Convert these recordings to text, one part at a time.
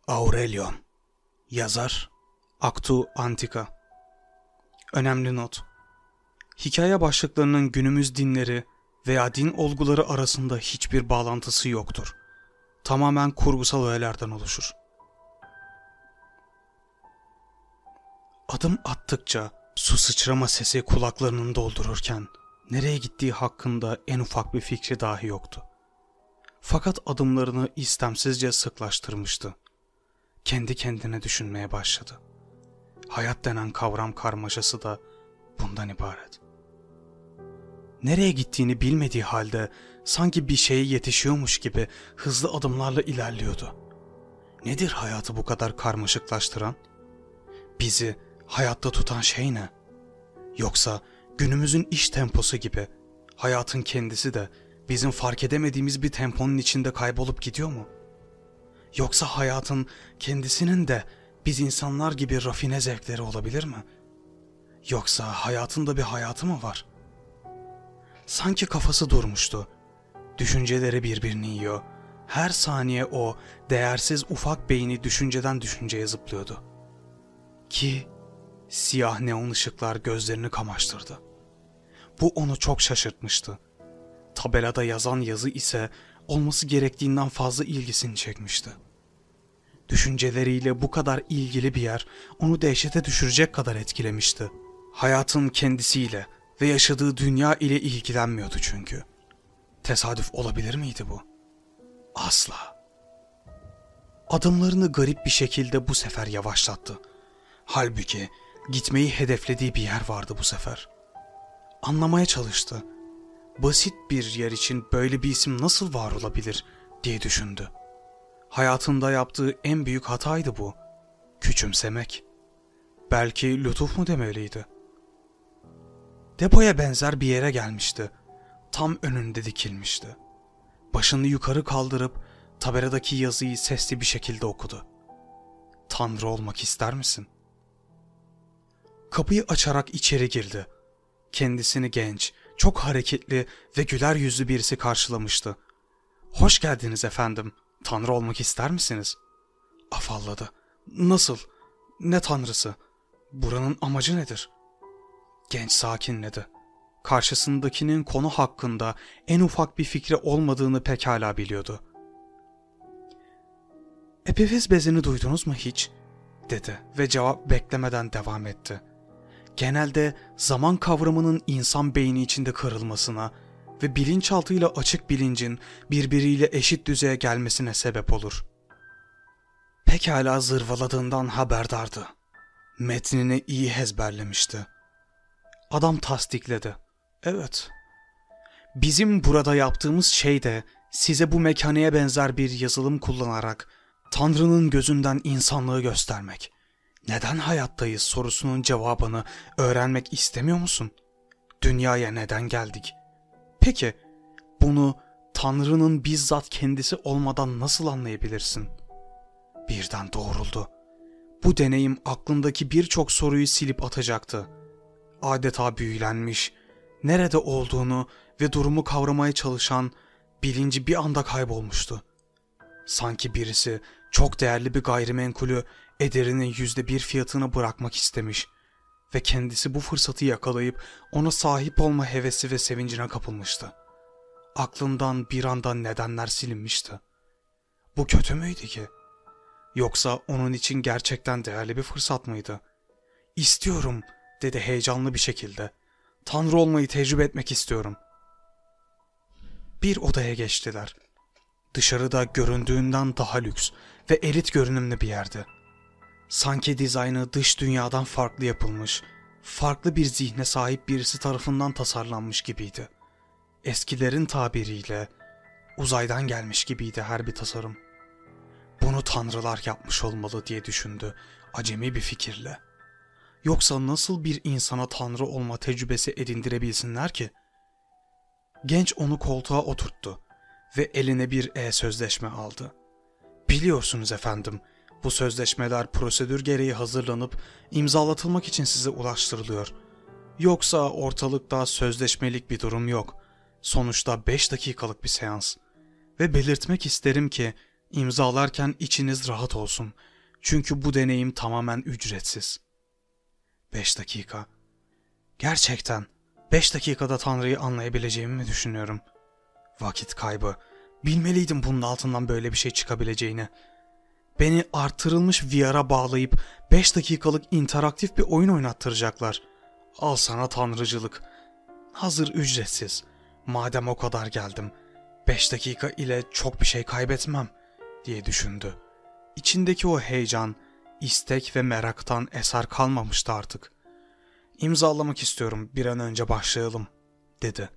Aurelion. Yazar Actu Antica. Önemli not: hikaye başlıklarının günümüz dinleri veya din olguları arasında hiçbir bağlantısı yoktur. Tamamen kurgusal öğelerden oluşur. Adım attıkça su sıçrama sesi kulaklarını doldururken nereye gittiği hakkında en ufak bir fikri dahi yoktu. Fakat adımlarını istemsizce sıklaştırmıştı. Kendi kendine düşünmeye başladı. Hayat denen kavram karmaşası da bundan ibaret. Nereye gittiğini bilmediği halde sanki bir şeye yetişiyormuş gibi hızlı adımlarla ilerliyordu. Nedir hayatı bu kadar karmaşıklaştıran? Bizi hayatta tutan şey ne? Yoksa günümüzün iş temposu gibi hayatın kendisi de bizim fark edemediğimiz bir temponun içinde kaybolup gidiyor mu? Yoksa hayatın kendisinin de biz insanlar gibi rafine zevkleri olabilir mi? Yoksa hayatın da bir hayatı mı var? Sanki kafası durmuştu. Düşünceleri birbirini yiyor. Her saniye o değersiz ufak beyni düşünceden düşünceye zıplıyordu. Ki siyah neon ışıklar gözlerini kamaştırdı. Bu onu çok şaşırtmıştı. Tabelada yazan yazı ise olması gerektiğinden fazla ilgisini çekmişti. Düşünceleriyle bu kadar ilgili bir yer onu dehşete düşürecek kadar etkilemişti. Hayatın kendisiyle ve yaşadığı dünya ile ilgilenmiyordu çünkü. Tesadüf olabilir miydi bu? Asla. Adımlarını garip bir şekilde bu sefer yavaşlattı. Halbuki gitmeyi hedeflediği bir yer vardı bu sefer. Anlamaya çalıştı. Basit bir yer için böyle bir isim nasıl var olabilir diye düşündü. Hayatında yaptığı en büyük hataydı bu. Küçümsemek. Belki lütuf mu demeliydi? Depoya benzer bir yere gelmişti. Tam önünde dikilmişti. Başını yukarı kaldırıp tabeladaki yazıyı sesli bir şekilde okudu. Tanrı olmak ister misin? Kapıyı açarak içeri girdi. Kendisini genç, çok hareketli ve güler yüzlü birisi karşılamıştı. "Hoş geldiniz efendim. Tanrı olmak ister misiniz?" Afalladı. "Nasıl? Ne tanrısı? Buranın amacı nedir?" Genç sakinledi. Karşısındakinin konu hakkında en ufak bir fikri olmadığını pekala biliyordu. "Epifiz bezini duydunuz mu hiç?" dedi ve cevap beklemeden devam etti. Genelde zaman kavramının insan beyni içinde kırılmasına ve bilinçaltıyla açık bilincin birbiriyle eşit düzeye gelmesine sebep olur. Pekala zırvaladığından haberdardı. Metnini iyi ezberlemişti. Adam tasdikledi. "Evet. Bizim burada yaptığımız şey de size bu mekaniğe benzer bir yazılım kullanarak Tanrı'nın gözünden insanlığı göstermek. Neden hayattayız sorusunun cevabını öğrenmek istemiyor musun? Dünyaya neden geldik? Peki bunu Tanrı'nın bizzat kendisi olmadan nasıl anlayabilirsin?" Birden doğruldu. Bu deneyim aklındaki birçok soruyu silip atacaktı. Adeta büyülenmiş, nerede olduğunu ve durumu kavramaya çalışan bilinci bir anda kaybolmuştu. Sanki birisi çok değerli bir gayrimenkulü ederinin %1 fiyatına bırakmak istemiş ve kendisi bu fırsatı yakalayıp ona sahip olma hevesi ve sevincine kapılmıştı. Aklından bir anda nedenler silinmişti. Bu kötü müydü ki? Yoksa onun için gerçekten değerli bir fırsat mıydı? "İstiyorum," dedi heyecanlı bir şekilde. "Tanrı olmayı tecrübe etmek istiyorum." Bir odaya geçtiler. Dışarıda göründüğünden daha lüks ve elit görünümlü bir yerdi. Sanki dizaynı dış dünyadan farklı yapılmış, farklı bir zihne sahip birisi tarafından tasarlanmış gibiydi. Eskilerin tabiriyle uzaydan gelmiş gibiydi her bir tasarım. Bunu tanrılar yapmış olmalı diye düşündü acemi bir fikirle. Yoksa nasıl bir insana tanrı olma tecrübesi edindirebilsinler ki? Genç onu koltuğa oturttu ve eline bir e-sözleşme aldı. "Biliyorsunuz efendim, bu sözleşmeler prosedür gereği hazırlanıp imzalatılmak için size ulaştırılıyor. Yoksa ortalıkta sözleşmelik bir durum yok. Sonuçta 5 dakikalık bir seans. Ve belirtmek isterim ki İmzalarken içiniz rahat olsun. Çünkü bu deneyim tamamen ücretsiz. 5 dakika. Gerçekten 5 dakikada Tanrı'yı anlayabileceğimi mi düşünüyorum? Vakit kaybı. Bilmeliydim bunun altından böyle bir şey çıkabileceğini. Beni artırılmış VR'a bağlayıp 5 dakikalık interaktif bir oyun oynattıracaklar. Al sana tanrıcılık. Hazır ücretsiz. Madem o kadar geldim, 5 dakika ile çok bir şey kaybetmem diye düşündü. İçindeki o heyecan, istek ve meraktan eser kalmamıştı artık. İmzalamak istiyorum, bir an önce başlayalım dedi.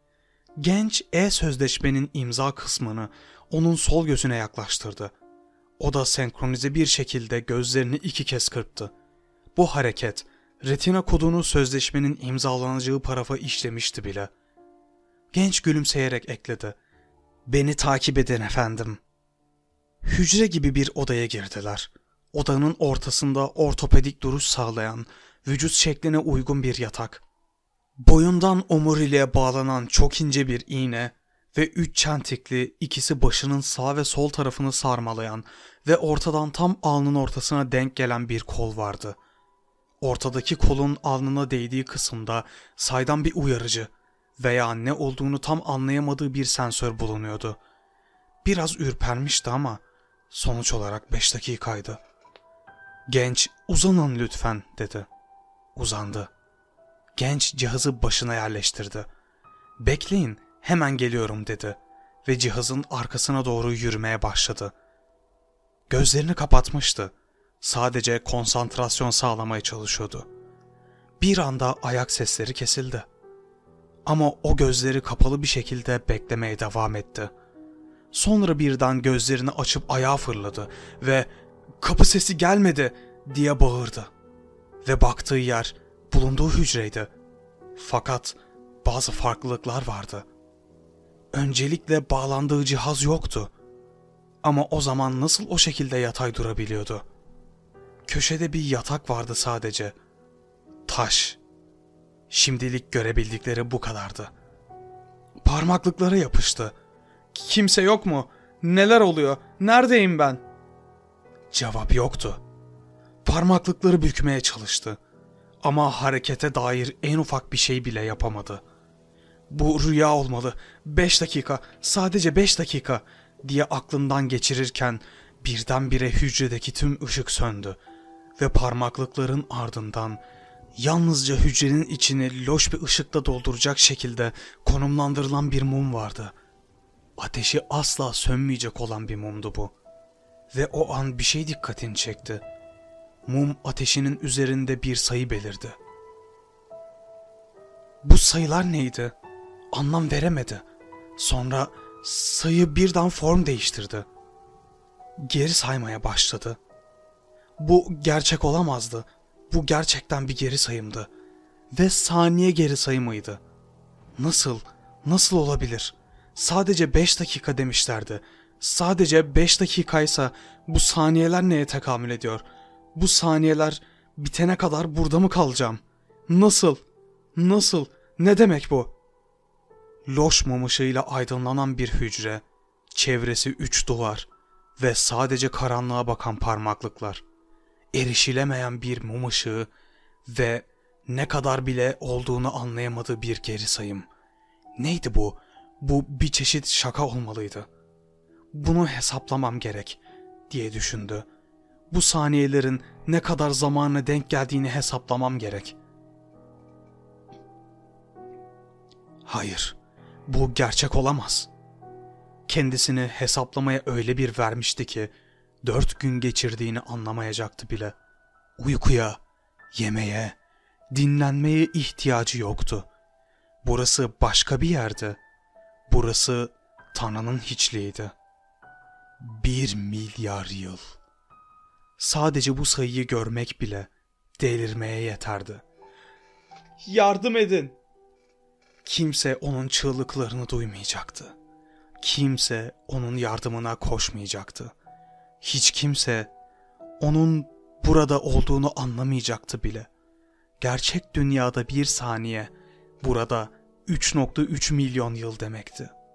Genç e-sözleşmenin imza kısmını onun sol gözüne yaklaştırdı. O da senkronize bir şekilde gözlerini 2 kez kırptı. Bu hareket, retina kodunu sözleşmenin imzalanacağı parafa işlemişti bile. Genç gülümseyerek ekledi. Beni takip edin efendim. Hücre gibi bir odaya girdiler. Odanın ortasında ortopedik duruş sağlayan, vücut şekline uygun bir yatak. Boyundan omuriliğe bağlanan çok ince bir iğne ve 3 çentikli, ikisi başının sağ ve sol tarafını sarmalayan ve ortadan tam alnın ortasına denk gelen bir kol vardı. Ortadaki kolun alnına değdiği kısımda saydam bir uyarıcı veya ne olduğunu tam anlayamadığı bir sensör bulunuyordu. Biraz ürpermişti ama sonuç olarak 5 dakikaydı. Genç, uzanın lütfen dedi. Uzandı. Genç cihazı başına yerleştirdi. Bekleyin, hemen geliyorum dedi ve cihazın arkasına doğru yürümeye başladı. Gözlerini kapatmıştı. Sadece konsantrasyon sağlamaya çalışıyordu. Bir anda ayak sesleri kesildi. Ama o gözleri kapalı bir şekilde beklemeye devam etti. Sonra birden gözlerini açıp ayağa fırladı ve "Kapı sesi gelmedi!" diye bağırdı. Ve baktığı yer bulunduğu hücreydi. Fakat bazı farklılıklar vardı. Öncelikle bağlandığı cihaz yoktu. Ama o zaman nasıl o şekilde yatay durabiliyordu? Köşede bir yatak vardı sadece. Taş. Şimdilik görebildikleri bu kadardı. Parmaklıklara yapıştı. Kimse yok mu? Neler oluyor? Neredeyim ben? Cevap yoktu. Parmaklıkları bükmeye çalıştı. Ama harekete dair en ufak bir şey bile yapamadı. Bu rüya olmalı. 5 dakika, sadece 5 dakika diye aklından geçirirken birdenbire hücredeki tüm ışık söndü ve parmaklıkların ardından yalnızca hücrenin içini loş bir ışıkla dolduracak şekilde konumlandırılan bir mum vardı. Ateşi asla sönmeyecek olan bir mumdu bu. Ve o an bir şey dikkatini çekti. Mum ateşinin üzerinde bir sayı belirdi. Bu sayılar neydi? Anlam veremedi. Sonra sayı birden form değiştirdi. Geri saymaya başladı. Bu gerçek olamazdı. Bu gerçekten bir geri sayımdı. Ve saniye geri sayımıydı. Nasıl olabilir? Sadece 5 dakika demişlerdi. Sadece 5 dakikaysa bu saniyeler neye tekamül ediyor? Bu saniyeler bitene kadar burada mı kalacağım? Nasıl? Ne demek bu? Loş mum ışığıyla aydınlanan bir hücre, çevresi 3 duvar ve sadece karanlığa bakan parmaklıklar. Erişilemeyen bir mum ışığı ve ne kadar bile olduğunu anlayamadığı bir geri sayım. Neydi bu? Bu bir çeşit şaka olmalıydı. Bunu hesaplamam gerek diye düşündü. Bu saniyelerin ne kadar zamanına denk geldiğini hesaplamam gerek. Hayır, bu gerçek olamaz. Kendisini hesaplamaya öyle bir vermişti ki 4 gün geçirdiğini anlamayacaktı bile. Uykuya, yemeğe, dinlenmeye ihtiyacı yoktu. Burası başka bir yerdi. Burası Tanrı'nın hiçliğiydi. 1 milyar yıl. Sadece bu sayıyı görmek bile delirmeye yeterdi. Yardım edin! Kimse onun çığlıklarını duymayacaktı. Kimse onun yardımına koşmayacaktı. Hiç kimse onun burada olduğunu anlamayacaktı bile. Gerçek dünyada bir saniye burada 3,3 milyon yıl demekti.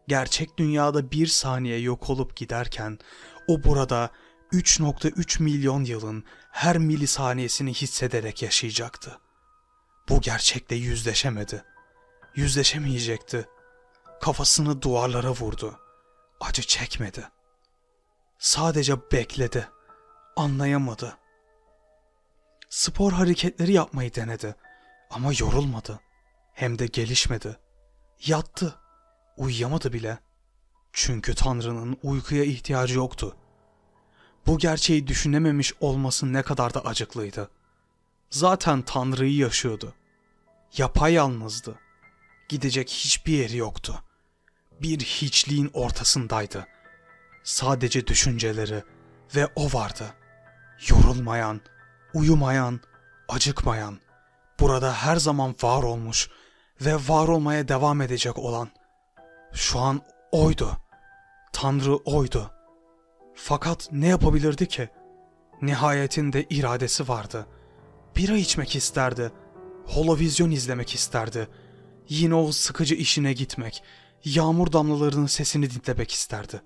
Gerçek dünyada bir saniye yok olup giderken o burada 3,3 milyon yılın her milisaniyesini hissederek yaşayacaktı. Bu gerçekle yüzleşemedi. Yüzleşemeyecekti. Kafasını duvarlara vurdu. Acı çekmedi. Sadece bekledi. Anlayamadı. Spor hareketleri yapmayı denedi ama yorulmadı. Hem de gelişmedi. Yattı. Uyuyamadı bile. Çünkü Tanrı'nın uykuya ihtiyacı yoktu. Bu gerçeği düşünememiş olması ne kadar da acıklıydı. Zaten Tanrı'yı yaşıyordu. Yapayalnızdı. Gidecek hiçbir yeri yoktu. Bir hiçliğin ortasındaydı. Sadece düşünceleri ve o vardı. Yorulmayan, uyumayan, acıkmayan, burada her zaman var olmuş ve var olmaya devam edecek olan. Şu an oydu. Tanrı oydu. Fakat ne yapabilirdi ki? Nihayetinde iradesi vardı. Bira içmek isterdi. Holovizyon izlemek isterdi. Yine o sıkıcı işine gitmek, yağmur damlalarının sesini dinlemek isterdi.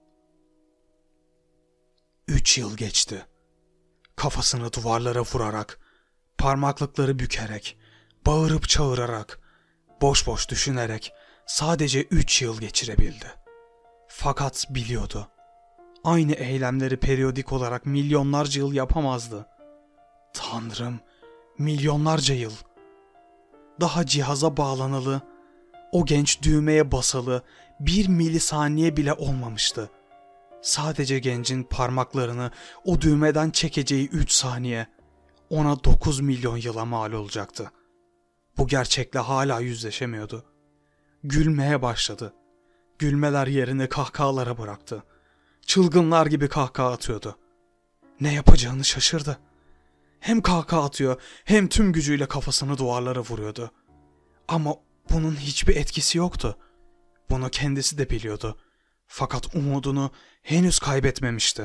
3 yıl geçti. Kafasını duvarlara vurarak, parmaklıkları bükerek, bağırıp çağırarak, boş boş düşünerek sadece 3 yıl geçirebildi. Fakat biliyordu. Aynı eylemleri periyodik olarak milyonlarca yıl yapamazdı. Tanrım, milyonlarca yıl. Daha cihaza bağlanalı, o genç düğmeye basalı 1 milisaniye bile olmamıştı. Sadece gencin parmaklarını o düğmeden çekeceği 3 saniye ona 9 milyon yıla mal olacaktı. Bu gerçekle hala yüzleşemiyordu. Gülmeye başladı. Gülmeler yerine kahkahalara bıraktı. Çılgınlar gibi kahkaha atıyordu. Ne yapacağını şaşırdı. Hem kahkaha atıyor hem tüm gücüyle kafasını duvarlara vuruyordu. Ama bunun hiçbir etkisi yoktu. Bunu kendisi de biliyordu. Fakat umudunu henüz kaybetmemişti.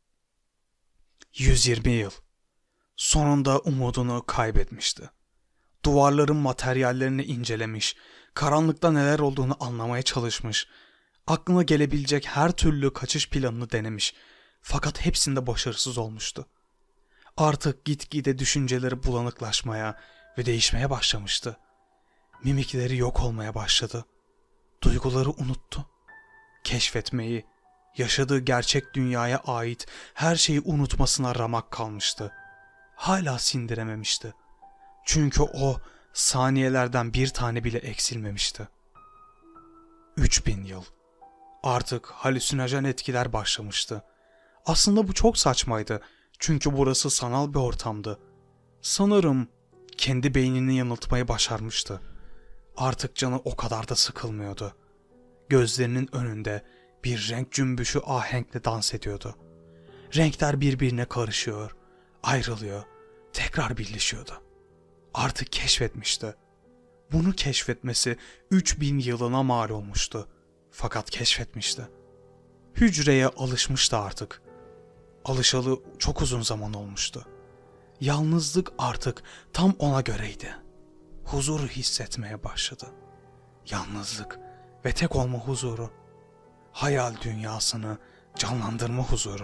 120 yıl. Sonunda umudunu kaybetmişti. Duvarların materyallerini incelemiş, karanlıkta neler olduğunu anlamaya çalışmış, aklına gelebilecek her türlü kaçış planını denemiş. Fakat hepsinde başarısız olmuştu. Artık gitgide düşünceleri bulanıklaşmaya ve değişmeye başlamıştı. Mimikleri yok olmaya başladı. Duyguları unuttu. Keşfetmeyi, yaşadığı gerçek dünyaya ait her şeyi unutmasına ramak kalmıştı. Hala sindirememişti. Çünkü o saniyelerden bir tane bile eksilmemişti. 3000 yıl. Artık halüsinojen etkiler başlamıştı. Aslında bu çok saçmaydı. Çünkü burası sanal bir ortamdı. Sanırım kendi beynini yanıltmayı başarmıştı. Artık canı o kadar da sıkılmıyordu. Gözlerinin önünde bir renk cümbüşü ahenkle dans ediyordu. Renkler birbirine karışıyor, ayrılıyor, tekrar birleşiyordu. Artık keşfetmişti. Bunu keşfetmesi 3000 yılına mal olmuştu. Fakat keşfetmişti. Hücreye alışmıştı artık. Alışalı çok uzun zaman olmuştu. Yalnızlık artık tam ona göreydi. Huzuru hissetmeye başladı. Yalnızlık ve tek olma huzuru. Hayal dünyasını canlandırma huzuru.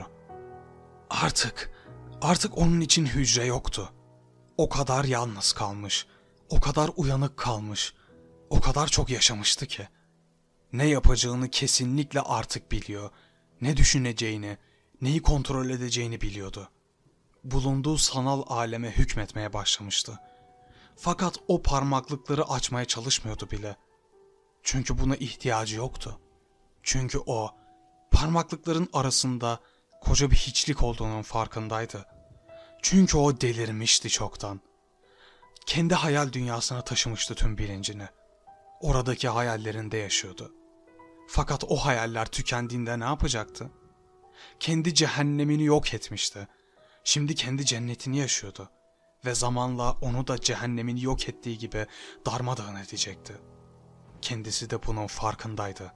Artık onun için hücre yoktu. O kadar yalnız kalmış, o kadar uyanık kalmış, o kadar çok yaşamıştı ki. Ne yapacağını kesinlikle artık biliyor, ne düşüneceğini, neyi kontrol edeceğini biliyordu. Bulunduğu sanal aleme hükmetmeye başlamıştı. Fakat o parmaklıkları açmaya çalışmıyordu bile. Çünkü buna ihtiyacı yoktu. Çünkü o, parmaklıkların arasında koca bir hiçlik olduğunun farkındaydı. Çünkü o delirmişti çoktan. Kendi hayal dünyasına taşımıştı tüm bilincini. Oradaki hayallerinde yaşıyordu. Fakat o hayaller tükendiğinde ne yapacaktı? Kendi cehennemini yok etmişti. Şimdi kendi cennetini yaşıyordu. Ve zamanla onu da cehennemini yok ettiği gibi darmadağın edecekti. Kendisi de bunun farkındaydı.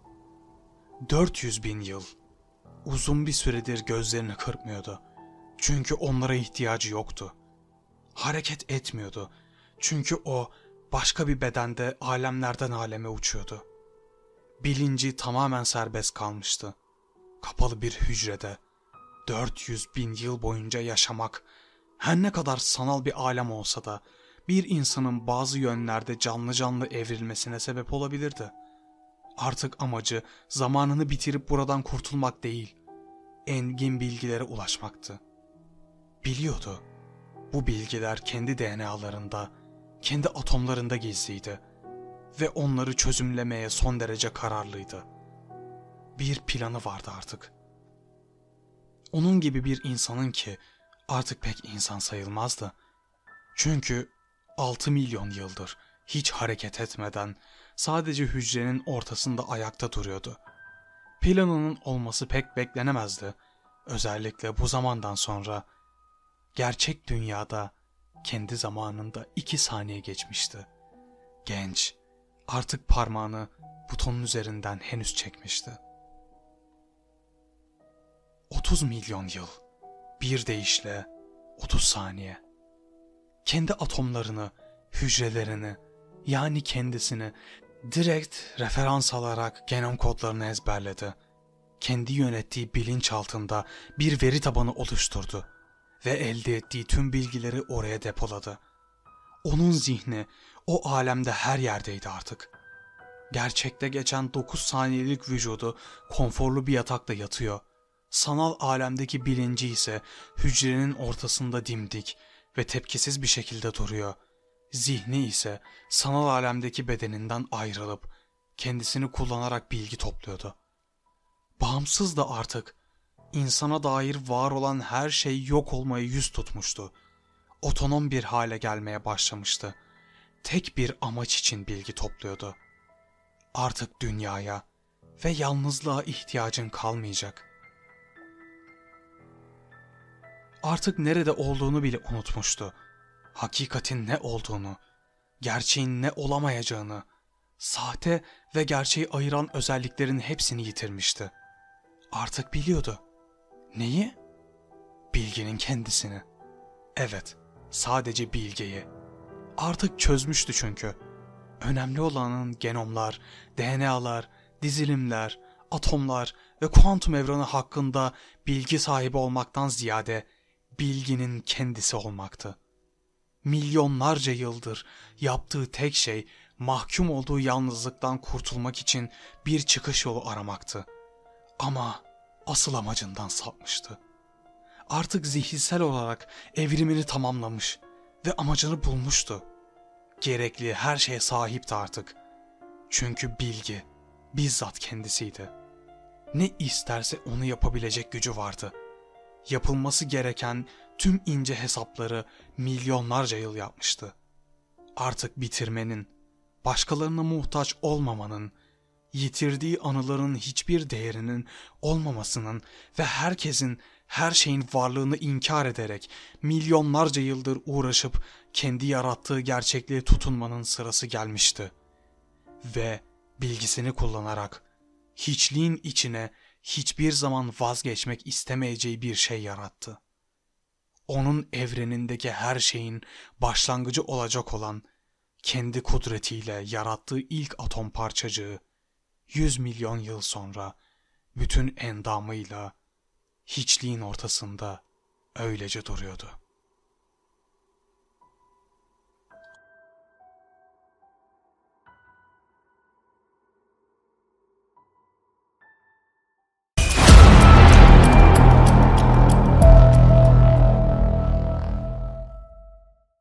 400 bin yıl. Uzun bir süredir gözlerini kırpmıyordu. Çünkü onlara ihtiyacı yoktu. Hareket etmiyordu. Çünkü o başka bir bedende alemlerden aleme uçuyordu. Bilinci tamamen serbest kalmıştı. Kapalı bir hücrede 400 bin yıl boyunca yaşamak, her ne kadar sanal bir alem olsa da bir insanın bazı yönlerde canlı canlı evrilmesine sebep olabilirdi. Artık amacı zamanını bitirip buradan kurtulmak değil, engin bilgilere ulaşmaktı. Biliyordu, bu bilgiler kendi DNA'larında, kendi atomlarında gizliydi ve onları çözümlemeye son derece kararlıydı. Bir planı vardı artık. Onun gibi bir insanın ki artık pek insan sayılmazdı. Çünkü 6 milyon yıldır hiç hareket etmeden sadece hücrenin ortasında ayakta duruyordu. Planının olması pek beklenemezdi. Özellikle bu zamandan sonra gerçek dünyada kendi zamanında 2 saniye geçmişti. Genç artık parmağını butonun üzerinden henüz çekmişti. 30 milyon yıl. Bir deyişle 30 saniye. Kendi atomlarını, hücrelerini, yani kendisini direkt referans alarak genom kodlarını ezberledi. Kendi yönettiği bilinç altında bir veri tabanı oluşturdu ve elde ettiği tüm bilgileri oraya depoladı. Onun zihni o alemde her yerdeydi artık. Gerçekte geçen 9 saniyelik vücudu konforlu bir yatakta yatıyor. Sanal alemdeki bilinci ise hücrenin ortasında dimdik ve tepkisiz bir şekilde duruyor. Zihni ise sanal alemdeki bedeninden ayrılıp kendisini kullanarak bilgi topluyordu. Bağımsız da artık insana dair var olan her şey yok olmaya yüz tutmuştu. Otonom bir hale gelmeye başlamıştı. Tek bir amaç için bilgi topluyordu. Artık dünyaya ve yalnızlığa ihtiyacın kalmayacak. Artık nerede olduğunu bile unutmuştu. Hakikatin ne olduğunu, gerçeğin ne olamayacağını, sahte ve gerçeği ayıran özelliklerin hepsini yitirmişti. Artık biliyordu. Neyi? Bilginin kendisini. Evet, sadece bilgiyi. Artık çözmüştü çünkü. Önemli olanın genomlar, DNA'lar, dizilimler, atomlar ve kuantum evranı hakkında bilgi sahibi olmaktan ziyade bilginin kendisi olmaktı. Milyonlarca yıldır yaptığı tek şey mahkum olduğu yalnızlıktan kurtulmak için bir çıkış yolu aramaktı. Ama asıl amacından sapmıştı. Artık zihinsel olarak evrimini tamamlamış ve amacını bulmuştu. Gerekli her şeye sahipti artık. Çünkü bilgi bizzat kendisiydi. Ne isterse onu yapabilecek gücü vardı. Yapılması gereken tüm ince hesapları milyonlarca yıl yapmıştı. Artık bitirmenin, başkalarına muhtaç olmamanın, yitirdiği anıların hiçbir değerinin olmamasının ve herkesin her şeyin varlığını inkar ederek milyonlarca yıldır uğraşıp kendi yarattığı gerçekliğe tutunmanın sırası gelmişti. Ve bilgisini kullanarak hiçliğin içine hiçbir zaman vazgeçmek istemeyeceği bir şey yarattı. Onun evrenindeki her şeyin başlangıcı olacak olan kendi kudretiyle yarattığı ilk atom parçacığı 100 milyon yıl sonra bütün endamıyla hiçliğin ortasında öylece duruyordu.